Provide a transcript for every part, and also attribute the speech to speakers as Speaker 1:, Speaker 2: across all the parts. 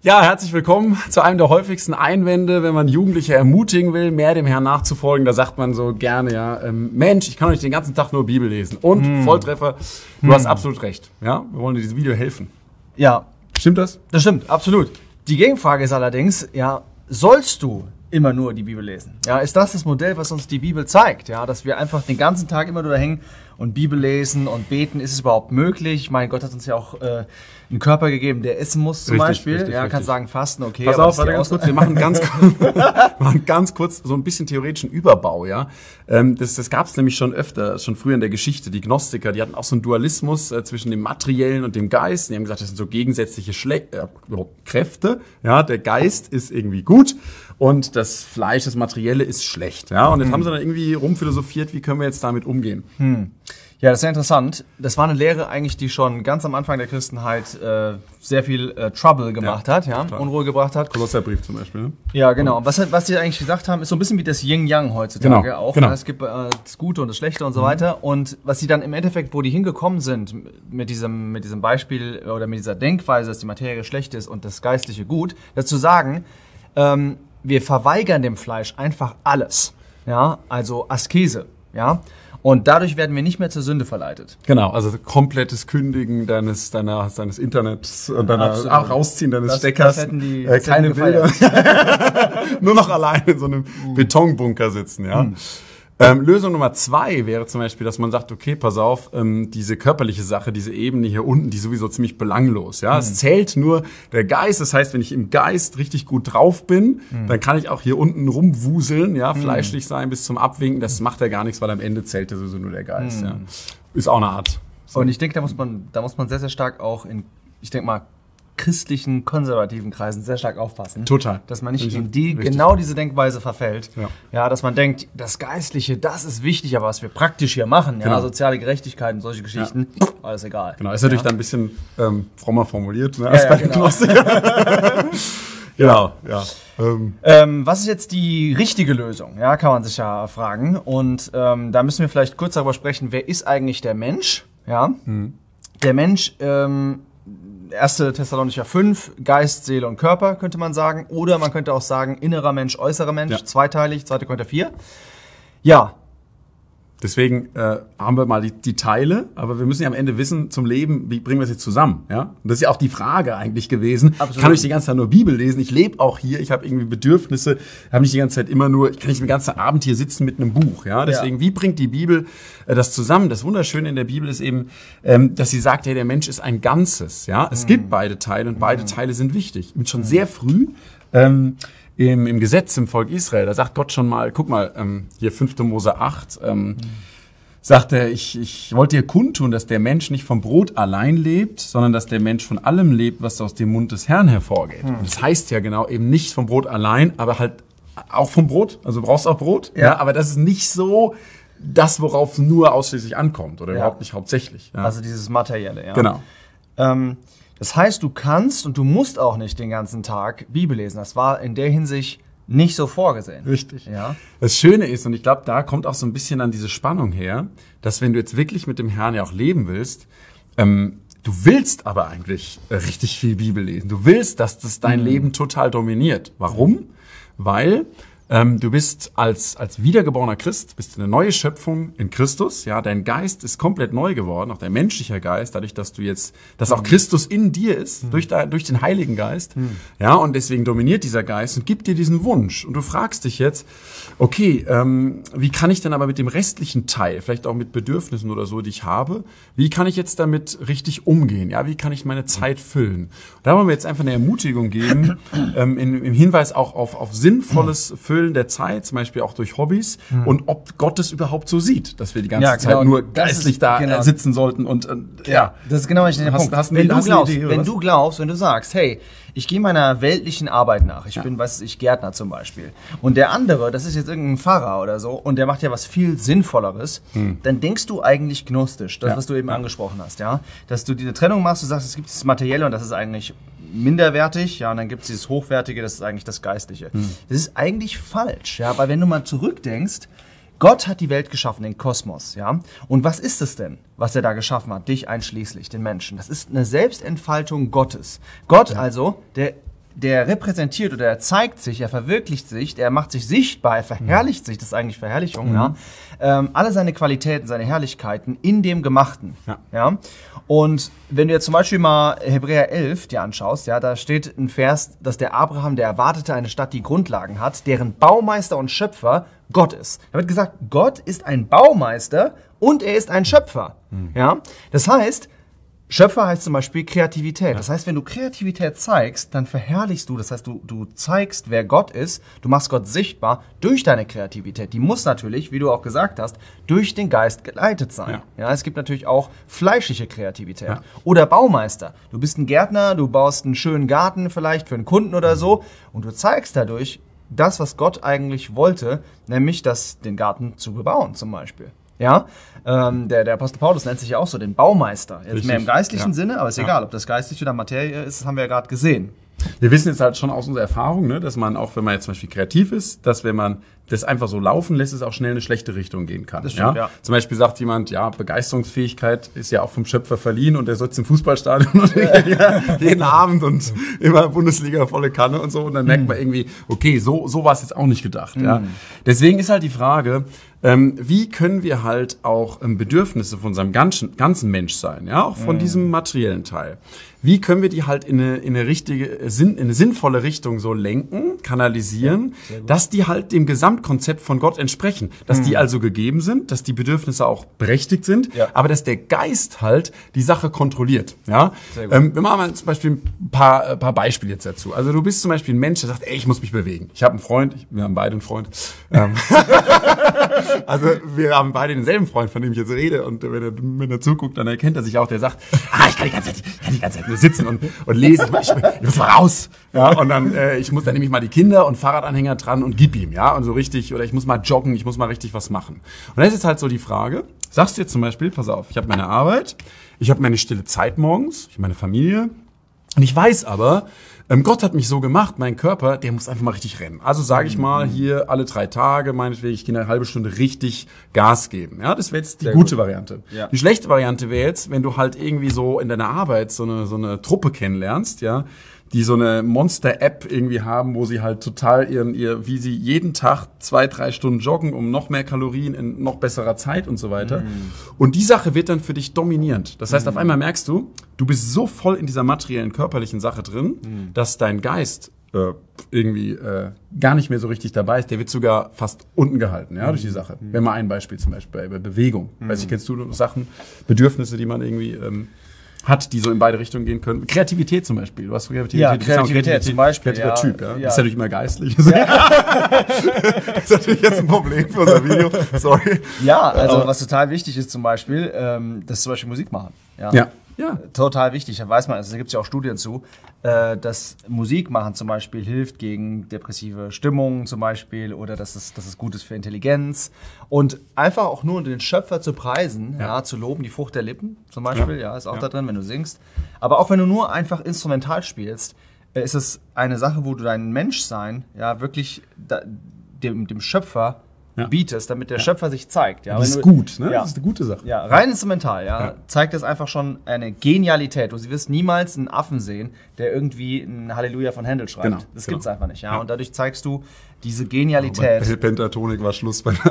Speaker 1: Ja, herzlich willkommen zu einem der häufigsten Einwände, wenn man Jugendliche ermutigen will, mehr dem Herrn nachzufolgen. Da sagt man so gerne, Mensch, ich kann doch nicht den ganzen Tag nur Bibel lesen. Und Volltreffer, du hast absolut recht. Ja, wir wollen dir diesem Video helfen.
Speaker 2: Ja.
Speaker 1: Stimmt das?
Speaker 2: Das stimmt, absolut. Die Gegenfrage ist allerdings, sollst du immer nur die Bibel lesen? Ja, ist das Modell, was uns die Bibel zeigt? Ja, dass wir einfach den ganzen Tag immer nur da hängen und Bibel lesen und beten. Ist es überhaupt möglich? Ich meine, Gott hat uns ja auch einen Körper gegeben, der essen muss zum Beispiel. Kannst sagen, fasten, okay.
Speaker 1: Pass auf, warte ganz kurz. Wir machen ganz kurz so ein bisschen theoretischen Überbau, ja. Das gab es nämlich schon öfter, schon früher in der Geschichte. Die Gnostiker, die hatten auch so einen Dualismus zwischen dem Materiellen und dem Geist. Die haben gesagt, das sind so gegensätzliche Kräfte. Ja, der Geist ist irgendwie gut und das Fleisch, das Materielle ist schlecht. Ja, und jetzt haben sie dann irgendwie rumphilosophiert, wie können wir jetzt damit umgehen?
Speaker 2: Ja, das ist sehr interessant. Das war eine Lehre eigentlich, die schon ganz am Anfang der Christenheit sehr viel Trouble gemacht hat, Unruhe gebracht hat.
Speaker 1: Kolosserbrief zum Beispiel. Ne?
Speaker 2: Ja, genau. Und was die eigentlich gesagt haben, ist so ein bisschen wie das Yin-Yang heutzutage auch. Genau. Es gibt das Gute und das Schlechte und so weiter. Und was sie dann im Endeffekt, wo die hingekommen sind, mit diesem Beispiel oder mit dieser Denkweise, dass die Materie schlecht ist und das Geistliche gut, dazu sagen, wir verweigern dem Fleisch einfach alles. Ja, also Askese. Ja. Und dadurch werden wir nicht mehr zur Sünde verleitet.
Speaker 1: Genau, also komplettes Kündigen deines Internets und Rausziehen deines Steckers.
Speaker 2: Das hätten die
Speaker 1: keine Bilder. Nur noch allein in so einem Betonbunker sitzen, ja. Lösung Nummer 2 wäre zum Beispiel, dass man sagt, okay, pass auf, diese körperliche Sache, diese Ebene hier unten, die ist sowieso ziemlich belanglos. Ja, es zählt nur der Geist. Das heißt, wenn ich im Geist richtig gut drauf bin, dann kann ich auch hier unten rumwuseln, fleischlich sein bis zum Abwinken. Das macht ja gar nichts, weil am Ende zählt ja sowieso nur der Geist. Ja. Ist auch eine Art.
Speaker 2: Und ich denke, da muss man sehr, sehr stark auch christlichen, konservativen Kreisen sehr stark aufpassen.
Speaker 1: Total.
Speaker 2: Dass man nicht in diese Denkweise verfällt. Ja, dass man denkt, das Geistliche, das ist wichtig, aber was wir praktisch hier machen, soziale Gerechtigkeit und solche Geschichten, alles egal.
Speaker 1: Genau, ist natürlich dann ein bisschen frommer formuliert, ne? Genau, ja.
Speaker 2: Was ist jetzt die richtige Lösung? Ja, kann man sich ja fragen. Und da müssen wir vielleicht kurz darüber sprechen, wer ist eigentlich der Mensch? Ja, der Mensch, 1. Thessalonicher 5, Geist, Seele und Körper, könnte man sagen. Oder man könnte auch sagen, innerer Mensch, äußerer Mensch, zweiteilig, 2. Korinther 4. Ja.
Speaker 1: Deswegen haben wir mal die Teile, aber wir müssen ja am Ende wissen, zum Leben, wie bringen wir es jetzt zusammen? Ja? Und das ist ja auch die Frage eigentlich gewesen. Absolut. Ich kann nicht die ganze Zeit nur Bibel lesen, ich lebe auch hier, ich habe irgendwie Bedürfnisse, habe nicht die ganze Zeit ich kann nicht den ganzen Abend hier sitzen mit einem Buch. Ja? Deswegen, wie bringt die Bibel das zusammen? Das Wunderschöne in der Bibel ist eben, dass sie sagt, der Mensch ist ein Ganzes. Ja? Es gibt beide Teile und beide Teile sind wichtig. Und schon sehr früh im Gesetz im Volk Israel, da sagt Gott schon mal, guck mal, hier 5. Mose 8, sagt er, ich wollte dir kundtun, dass der Mensch nicht vom Brot allein lebt, sondern dass der Mensch von allem lebt, was aus dem Mund des Herrn hervorgeht. Und das heißt ja genau eben nicht vom Brot allein, aber halt auch vom Brot, also du brauchst auch Brot, aber das ist nicht so das, worauf nur ausschließlich ankommt oder überhaupt nicht hauptsächlich. Ja.
Speaker 2: Also dieses Materielle,
Speaker 1: Genau.
Speaker 2: Das heißt, du kannst und du musst auch nicht den ganzen Tag Bibel lesen. Das war in der Hinsicht nicht so vorgesehen.
Speaker 1: Richtig. Ja. Das Schöne ist, und ich glaube, da kommt auch so ein bisschen dann diese Spannung her, dass wenn du jetzt wirklich mit dem Herrn ja auch leben willst, du willst aber eigentlich richtig viel Bibel lesen. Du willst, dass das dein Leben total dominiert. Warum? Weil du bist als wiedergeborener Christ, bist eine neue Schöpfung in Christus. Ja, dein Geist ist komplett neu geworden, auch dein menschlicher Geist, dadurch, dass auch Christus in dir ist, durch den Heiligen Geist. Ja, und deswegen dominiert dieser Geist und gibt dir diesen Wunsch. Und du fragst dich jetzt, okay, wie kann ich denn aber mit dem restlichen Teil, vielleicht auch mit Bedürfnissen oder so, die ich habe, wie kann ich jetzt damit richtig umgehen? Ja, wie kann ich meine Zeit füllen? Und da wollen wir jetzt einfach eine Ermutigung geben, im Hinweis auch auf sinnvolles Füllen der Zeit, zum Beispiel auch durch Hobbys, und ob Gott es überhaupt so sieht, dass wir die ganze Zeit nur geistlich sitzen sollten und
Speaker 2: das ist genau der Punkt. Wenn du sagst, hey, ich gehe meiner weltlichen Arbeit nach, ich bin, Gärtner zum Beispiel, und der andere, das ist jetzt irgendein Pfarrer oder so, und der macht ja was viel Sinnvolleres, dann denkst du eigentlich gnostisch, das, was du eben angesprochen hast, dass du diese Trennung machst, du sagst, es gibt das Materielle und das ist eigentlich minderwertig, und dann gibt es dieses Hochwertige, das ist eigentlich das Geistliche. Das ist eigentlich falsch, weil wenn du mal zurückdenkst, Gott hat die Welt geschaffen, den Kosmos, Und was ist es denn, was er da geschaffen hat? Dich einschließlich, den Menschen. Das ist eine Selbstentfaltung Gottes. Gott also, der der repräsentiert oder er zeigt sich, er verwirklicht sich, er macht sich sichtbar, er verherrlicht sich, das ist eigentlich Verherrlichung, ja. Alle seine Qualitäten, seine Herrlichkeiten in dem Gemachten. Ja. Und wenn du jetzt zum Beispiel mal Hebräer 11 dir anschaust, ja, da steht ein Vers, dass der Abraham, der erwartete eine Stadt, die Grundlagen hat, deren Baumeister und Schöpfer Gott ist. Da wird gesagt, Gott ist ein Baumeister und er ist ein Schöpfer. Ja. Das heißt, Schöpfer heißt zum Beispiel Kreativität. Das heißt, wenn du Kreativität zeigst, dann verherrlichst du. Das heißt, du zeigst, wer Gott ist. Du machst Gott sichtbar durch deine Kreativität. Die muss natürlich, wie du auch gesagt hast, durch den Geist geleitet sein. Ja, es gibt natürlich auch fleischliche Kreativität. Ja. Oder Baumeister. Du bist ein Gärtner, du baust einen schönen Garten vielleicht für einen Kunden oder so und du zeigst dadurch das, was Gott eigentlich wollte, nämlich den Garten zu bebauen zum Beispiel. Ja, der Apostel Paulus nennt sich ja auch so den Baumeister. Jetzt richtig. Mehr im geistlichen Sinne, aber ist egal, ob das geistlich oder Materie ist, haben wir ja gerade gesehen.
Speaker 1: Wir wissen jetzt halt schon aus unserer Erfahrung, ne, dass man auch, wenn man jetzt zum Beispiel kreativ ist, dass wenn man das einfach so laufen lässt, es auch schnell in eine schlechte Richtung gehen kann. Das stimmt, ja? Zum Beispiel sagt jemand, ja, Begeisterungsfähigkeit ist ja auch vom Schöpfer verliehen und er sitzt im Fußballstadion und jeden Abend und immer Bundesliga volle Kanne und so und dann merkt man irgendwie, okay, so war es jetzt auch nicht gedacht. Ja? Deswegen ist halt die Frage, wie können wir halt auch Bedürfnisse von unserem ganzen Menschsein, ja, auch von diesem materiellen Teil, wie können wir die halt in eine sinnvolle Richtung so lenken, kanalisieren, dass die halt dem Gesamtkonzept von Gott entsprechen, dass die also gegeben sind, dass die Bedürfnisse auch berechtigt sind, aber dass der Geist halt die Sache kontrolliert, ja. Wir machen mal zum Beispiel ein paar Beispiele jetzt dazu. Also du bist zum Beispiel ein Mensch, der sagt, ey, ich muss mich bewegen. Ich habe einen Freund, wir haben beide einen Freund. Also wir haben beide denselben Freund, von dem ich jetzt rede und wenn er zuguckt, dann erkennt er sich auch, der sagt, ich kann die ganze Zeit nur sitzen und lesen, ich muss mal raus. Ja, und dann ich muss dann nämlich mal die Kinder und Fahrradanhänger dran und gib ihm, ja, und so richtig, oder ich muss mal joggen, ich muss mal richtig was machen. Und das ist jetzt halt so die Frage, sagst du jetzt zum Beispiel, pass auf, ich habe meine Arbeit, ich habe meine stille Zeit morgens, ich habe meine Familie und ich weiß aber, Gott hat mich so gemacht, mein Körper, der muss einfach mal richtig rennen. Also sage ich mal hier alle 3 Tage, meinetwegen, ich gehe eine halbe Stunde richtig Gas geben. Ja, das wäre jetzt die gute Variante. Ja. Die schlechte Variante wäre jetzt, wenn du halt irgendwie so in deiner Arbeit so eine Truppe kennenlernst, ja, die so eine Monster-App irgendwie haben, wo sie halt total wie sie jeden Tag 2-3 Stunden joggen, um noch mehr Kalorien in noch besserer Zeit und so weiter. Und die Sache wird dann für dich dominierend. Das heißt, auf einmal merkst du bist so voll in dieser materiellen, körperlichen Sache drin, dass dein Geist irgendwie gar nicht mehr so richtig dabei ist. Der wird sogar fast unten gehalten, ja, durch die Sache. Wenn mal ein Beispiel zum Beispiel bei Bewegung. Weiß ich, kennst du Sachen, Bedürfnisse, die man irgendwie hat, die so in beide Richtungen gehen können. Kreativität zum Beispiel. Du hast
Speaker 2: Kreativität zum Beispiel.
Speaker 1: Kreativer Typ, ja. Das ist natürlich immer geistlich. Ja. Das ist natürlich jetzt ein Problem für unser Video. Sorry.
Speaker 2: Ja, also was total wichtig ist zum Beispiel, das ist zum Beispiel Musik machen. Ja. Total wichtig. Da weiß man, also da gibt es ja auch Studien zu, dass Musik machen zum Beispiel hilft gegen depressive Stimmungen zum Beispiel oder dass es gut ist für Intelligenz und einfach auch nur den Schöpfer zu preisen, zu loben, die Frucht der Lippen zum Beispiel, ist auch da drin, wenn du singst. Aber auch wenn du nur einfach instrumental spielst, ist es eine Sache, wo du dein Menschsein wirklich dem Schöpfer bietest, damit der Schöpfer sich zeigt. Ja,
Speaker 1: das ist gut, ne? Das ist eine gute Sache.
Speaker 2: Ja, rein instrumental, zeigt das einfach schon eine Genialität. Du wirst niemals einen Affen sehen, der irgendwie ein Halleluja von Händel schreibt. Genau, das gibt's einfach nicht. Ja? Und dadurch zeigst du diese Genialität.
Speaker 1: Bei Pentatonik war Schluss bei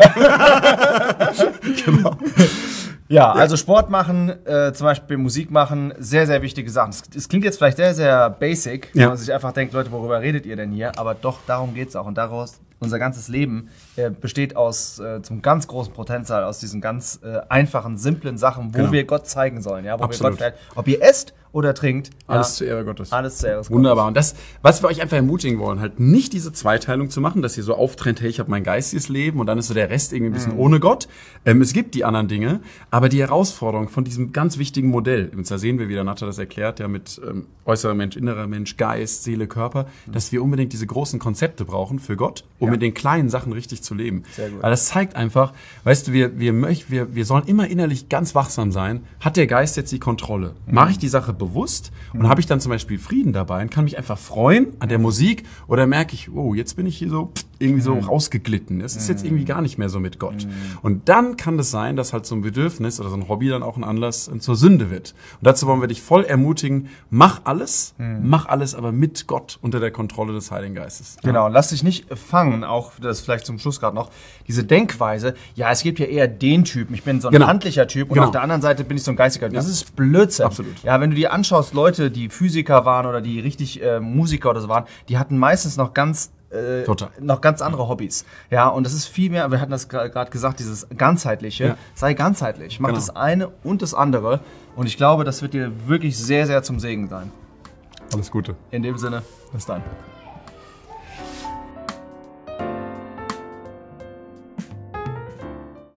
Speaker 2: Genau. Ja, also Sport machen, zum Beispiel Musik machen, sehr, sehr wichtige Sachen. Es klingt jetzt vielleicht sehr, sehr basic, wenn man sich einfach denkt, Leute, worüber redet ihr denn hier? Aber doch, darum geht's auch. Und daraus, unser ganzes Leben besteht zum ganz großen Potenzial aus diesen ganz einfachen, simplen Sachen, wo wir Gott zeigen sollen. Ja, wo wir Gott, ob ihr esst oder trinkt.
Speaker 1: Alles zur Ehre Gottes.
Speaker 2: Alles zur Ehre Gottes.
Speaker 1: Wunderbar. Und das, was wir euch einfach ermutigen wollen, halt nicht diese Zweiteilung zu machen, dass ihr so auftrennt, hey, ich habe mein geistiges Leben und dann ist so der Rest irgendwie ein bisschen ohne Gott. Es gibt die anderen Dinge, aber die Herausforderung von diesem ganz wichtigen Modell, und da sehen wir, wie der Natter das erklärt, ja, mit äußerer Mensch, innerer Mensch, Geist, Seele, Körper, dass wir unbedingt diese großen Konzepte brauchen für Gott, um mit den kleinen Sachen richtig zu leben. Sehr gut. Weil das zeigt einfach, weißt du, wir sollen immer innerlich ganz wachsam sein. Hat der Geist jetzt die Kontrolle? Mache ich die Sache bewusst und habe ich dann zum Beispiel Frieden dabei und kann mich einfach freuen an der Musik oder merke ich, oh, jetzt bin ich hier so irgendwie so rausgeglitten ist. Ist jetzt irgendwie gar nicht mehr so mit Gott. Und dann kann es sein, dass halt so ein Bedürfnis oder so ein Hobby dann auch ein Anlass zur Sünde wird. Und dazu wollen wir dich voll ermutigen, mach alles aber mit Gott unter der Kontrolle des Heiligen Geistes.
Speaker 2: Genau, lass dich nicht fangen, auch das vielleicht zum Schluss gerade noch, diese Denkweise, ja, es gibt ja eher den Typen, ich bin so ein handlicher Typ und auf der anderen Seite bin ich so ein geistiger Typ. Das ist Blödsinn.
Speaker 1: Absolut.
Speaker 2: Ja, wenn du dir anschaust, Leute, die Physiker waren oder die richtig Musiker oder so waren, die hatten meistens noch ganz andere Hobbys. Ja, und das ist viel mehr, wir hatten das gerade gesagt, dieses Ganzheitliche. Sei ganzheitlich. Mach das eine und das andere. Und ich glaube, das wird dir wirklich sehr, sehr zum Segen sein.
Speaker 1: Alles Gute.
Speaker 2: In dem Sinne, bis dann.